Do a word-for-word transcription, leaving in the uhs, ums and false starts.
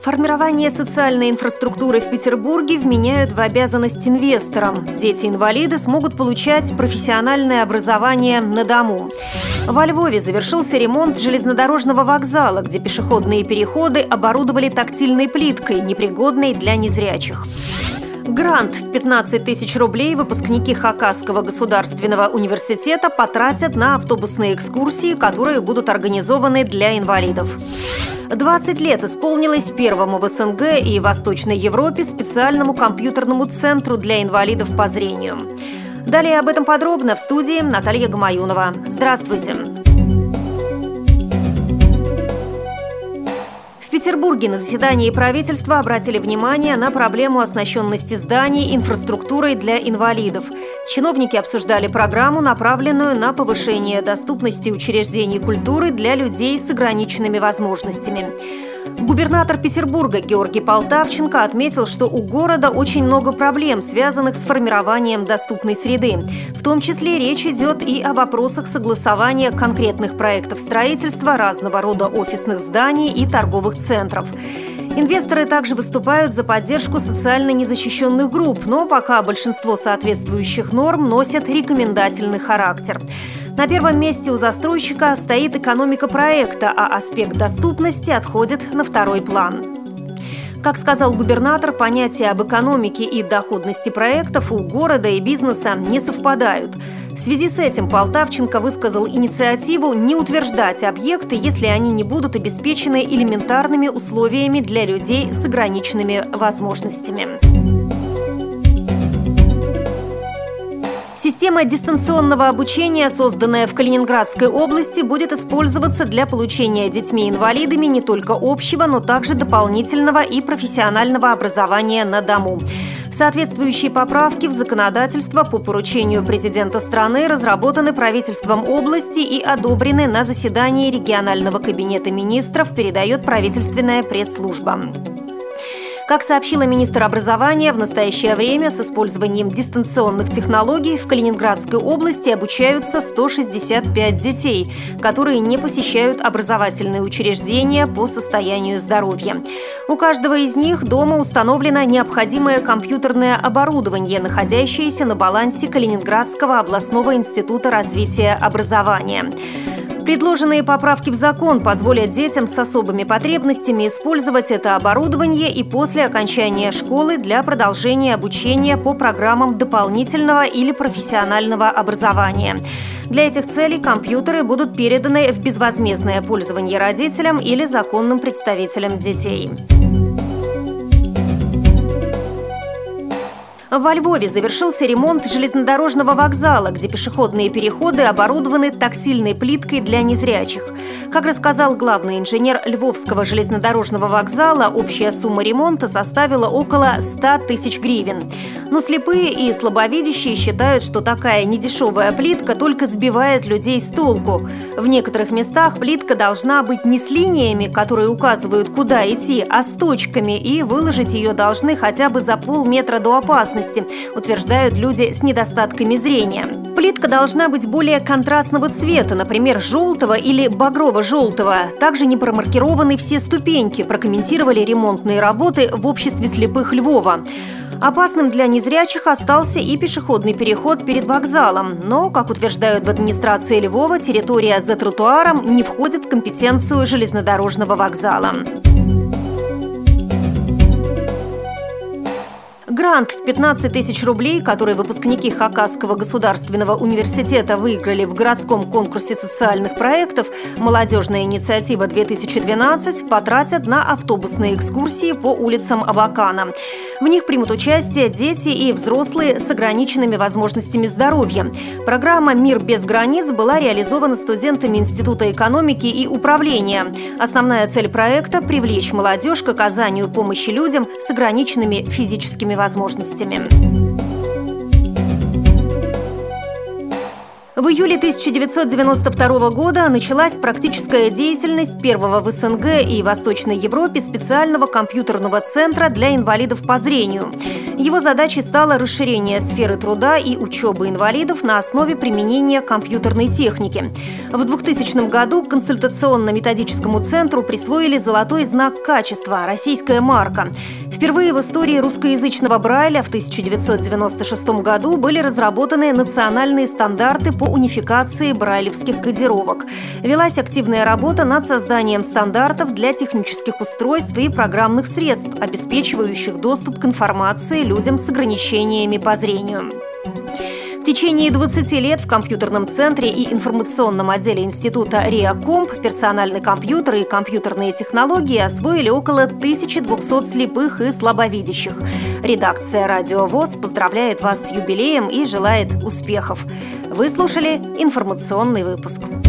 Формирование социальной инфраструктуры в Петербурге вменяют в обязанность инвесторам. Дети-инвалиды смогут получать профессиональное образование на дому. Во Львове завершился ремонт железнодорожного вокзала, где пешеходные переходы оборудовали тактильной плиткой, непригодной для незрячих. Грант в пятнадцать тысяч рублей выпускники Хакасского государственного университета потратят на автобусные экскурсии, которые будут организованы для инвалидов. двадцать лет исполнилось первому в СНГ и Восточной Европе специальному компьютерному центру для инвалидов по зрению. Далее об этом подробно в студии Наталья Гамаюнова. Здравствуйте! В Петербурге на заседании правительства обратили внимание на проблему оснащенности зданий инфраструктурой для инвалидов. Чиновники обсуждали программу, направленную на повышение доступности учреждений культуры для людей с ограниченными возможностями. Губернатор Петербурга Георгий Полтавченко отметил, что у города очень много проблем, связанных с формированием доступной среды. В том числе речь идет и о вопросах согласования конкретных проектов строительства разного рода офисных зданий и торговых центров. Инвесторы также выступают за поддержку социально незащищенных групп, но пока большинство соответствующих норм носят рекомендательный характер. На первом месте у застройщика стоит экономика проекта, а аспект доступности отходит на второй план. Как сказал губернатор, понятия об экономике и доходности проектов у города и бизнеса не совпадают. В связи с этим Полтавченко высказал инициативу не утверждать объекты, если они не будут обеспечены элементарными условиями для людей с ограниченными возможностями. Система дистанционного обучения, созданная в Калининградской области, будет использоваться для получения детьми-инвалидами не только общего, но также дополнительного и профессионального образования на дому. Соответствующие поправки в законодательство по поручению президента страны разработаны правительством области и одобрены на заседании регионального кабинета министров, передает правительственная пресс-служба. Как сообщила министр образования, в настоящее время с использованием дистанционных технологий в Калининградской области обучаются сто шестьдесят пять детей, которые не посещают образовательные учреждения по состоянию здоровья. У каждого из них дома установлено необходимое компьютерное оборудование, находящееся на балансе Калининградского областного института развития образования. Предложенные поправки в закон позволят детям с особыми потребностями использовать это оборудование и после окончания школы для продолжения обучения по программам дополнительного или профессионального образования. Для этих целей компьютеры будут переданы в безвозмездное пользование родителям или законным представителям детей. Во Львове завершился ремонт железнодорожного вокзала, где пешеходные переходы оборудованы тактильной плиткой для незрячих. Как рассказал главный инженер Львовского железнодорожного вокзала, общая сумма ремонта составила около ста тысяч гривен. Но слепые и слабовидящие считают, что такая недешевая плитка только сбивает людей с толку. В некоторых местах плитка должна быть не с линиями, которые указывают, куда идти, а с точками, и выложить ее должны хотя бы за полметра до опасности, утверждают люди с недостатками зрения. Плитка должна быть более контрастного цвета, например, желтого или багрово-желтого. Также не промаркированы все ступеньки, прокомментировали ремонтные работы в обществе слепых Львова. Опасным для незрячих остался и пешеходный переход перед вокзалом. Но, как утверждают в администрации Львова, территория за тротуаром не входит в компетенцию железнодорожного вокзала. Грант в пятнадцать тысяч рублей, который выпускники Хакасского государственного университета выиграли в городском конкурсе социальных проектов «Молодежная инициатива-две тысячи двенадцать», потратят на автобусные экскурсии по улицам Абакана. В них примут участие дети и взрослые с ограниченными возможностями здоровья. Программа «Мир без границ» была реализована студентами Института экономики и управления. Основная цель проекта – привлечь молодежь к оказанию помощи людям с ограниченными физическими возможностями. В июле тысяча девятьсот девяносто второго года началась практическая деятельность первого в СНГ и Восточной Европе специального компьютерного центра для инвалидов по зрению. Его задачей стало расширение сферы труда и учебы инвалидов на основе применения компьютерной техники. В двухтысячном году консультационно-методическому центру присвоили золотой знак качества «Российская марка». Впервые в истории русскоязычного Брайля в тысяча девятьсот девяносто шестом году были разработаны национальные стандарты по унификации брайлевских кодировок. Велась активная работа над созданием стандартов для технических устройств и программных средств, обеспечивающих доступ к информации людям с ограничениями по зрению. В течение двадцати лет в компьютерном центре и информационном отделе института РИАКомп персональный компьютер и компьютерные технологии освоили около тысячи двухсот слепых и слабовидящих. Редакция «Радио ВОС» поздравляет вас с юбилеем и желает успехов. Вы слушали информационный выпуск.